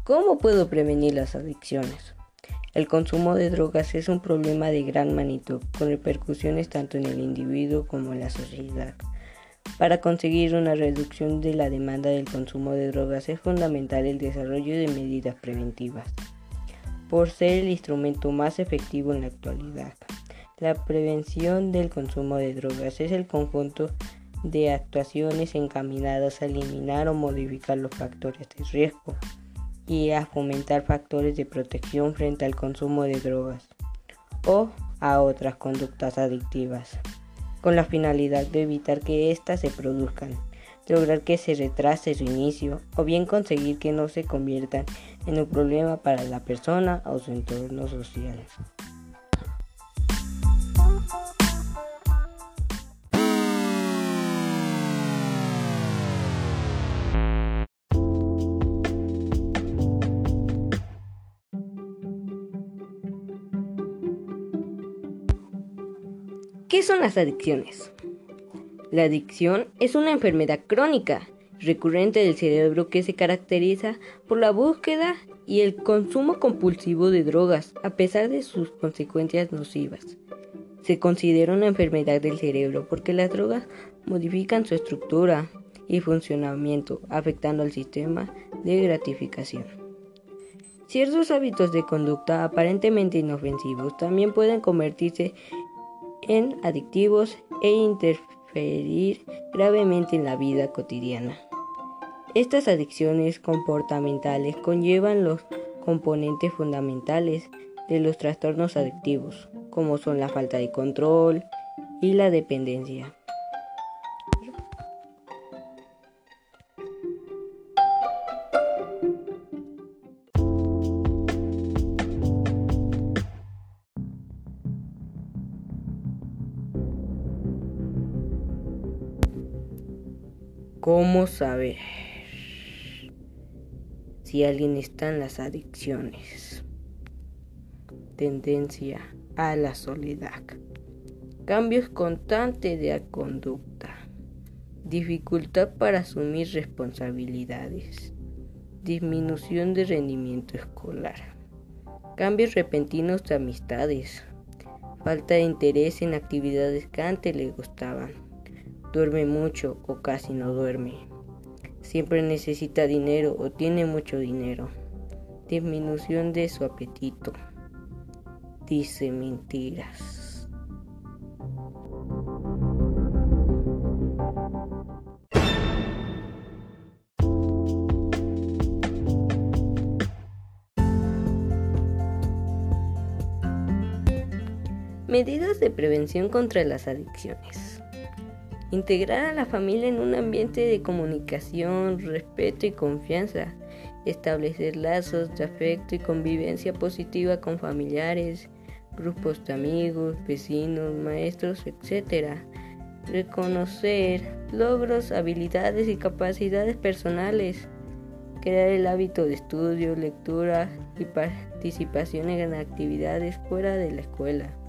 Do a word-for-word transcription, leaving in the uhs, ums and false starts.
¿Cómo puedo prevenir las adicciones? El consumo de drogas es un problema de gran magnitud, con repercusiones tanto en el individuo como en la sociedad. Para conseguir una reducción de la demanda del consumo de drogas es fundamental el desarrollo de medidas preventivas, por ser el instrumento más efectivo en la actualidad. La prevención del consumo de drogas es el conjunto de actuaciones encaminadas a eliminar o modificar los factores de riesgo y a fomentar factores de protección frente al consumo de drogas o a otras conductas adictivas, con la finalidad de evitar que éstas se produzcan, lograr que se retrase su inicio o bien conseguir que no se conviertan en un problema para la persona o su entorno social. ¿Qué son las adicciones? La adicción es una enfermedad crónica, recurrente del cerebro que se caracteriza por la búsqueda y el consumo compulsivo de drogas, a pesar de sus consecuencias nocivas. Se considera una enfermedad del cerebro porque las drogas modifican su estructura y funcionamiento, afectando al sistema de gratificación. Ciertos hábitos de conducta aparentemente inofensivos también pueden convertirse en adictivos e interferir gravemente en la vida cotidiana. Estas adicciones comportamentales conllevan los componentes fundamentales de los trastornos adictivos, como son la falta de control y la dependencia. ¿Cómo saber si alguien está en las adicciones? Tendencia a la soledad, cambios constantes de la conducta, dificultad para asumir responsabilidades, disminución de rendimiento escolar, cambios repentinos de amistades, falta de interés en actividades que antes le gustaban. Duerme mucho o casi no duerme. Siempre necesita dinero o tiene mucho dinero. Disminución de su apetito. Dice mentiras. Medidas de prevención contra las adicciones. Integrar a la familia en un ambiente de comunicación, respeto y confianza. Establecer lazos de afecto y convivencia positiva con familiares, grupos de amigos, vecinos, maestros, etcétera. Reconocer logros, habilidades y capacidades personales. Crear el hábito de estudio, lectura y participación en actividades fuera de la escuela.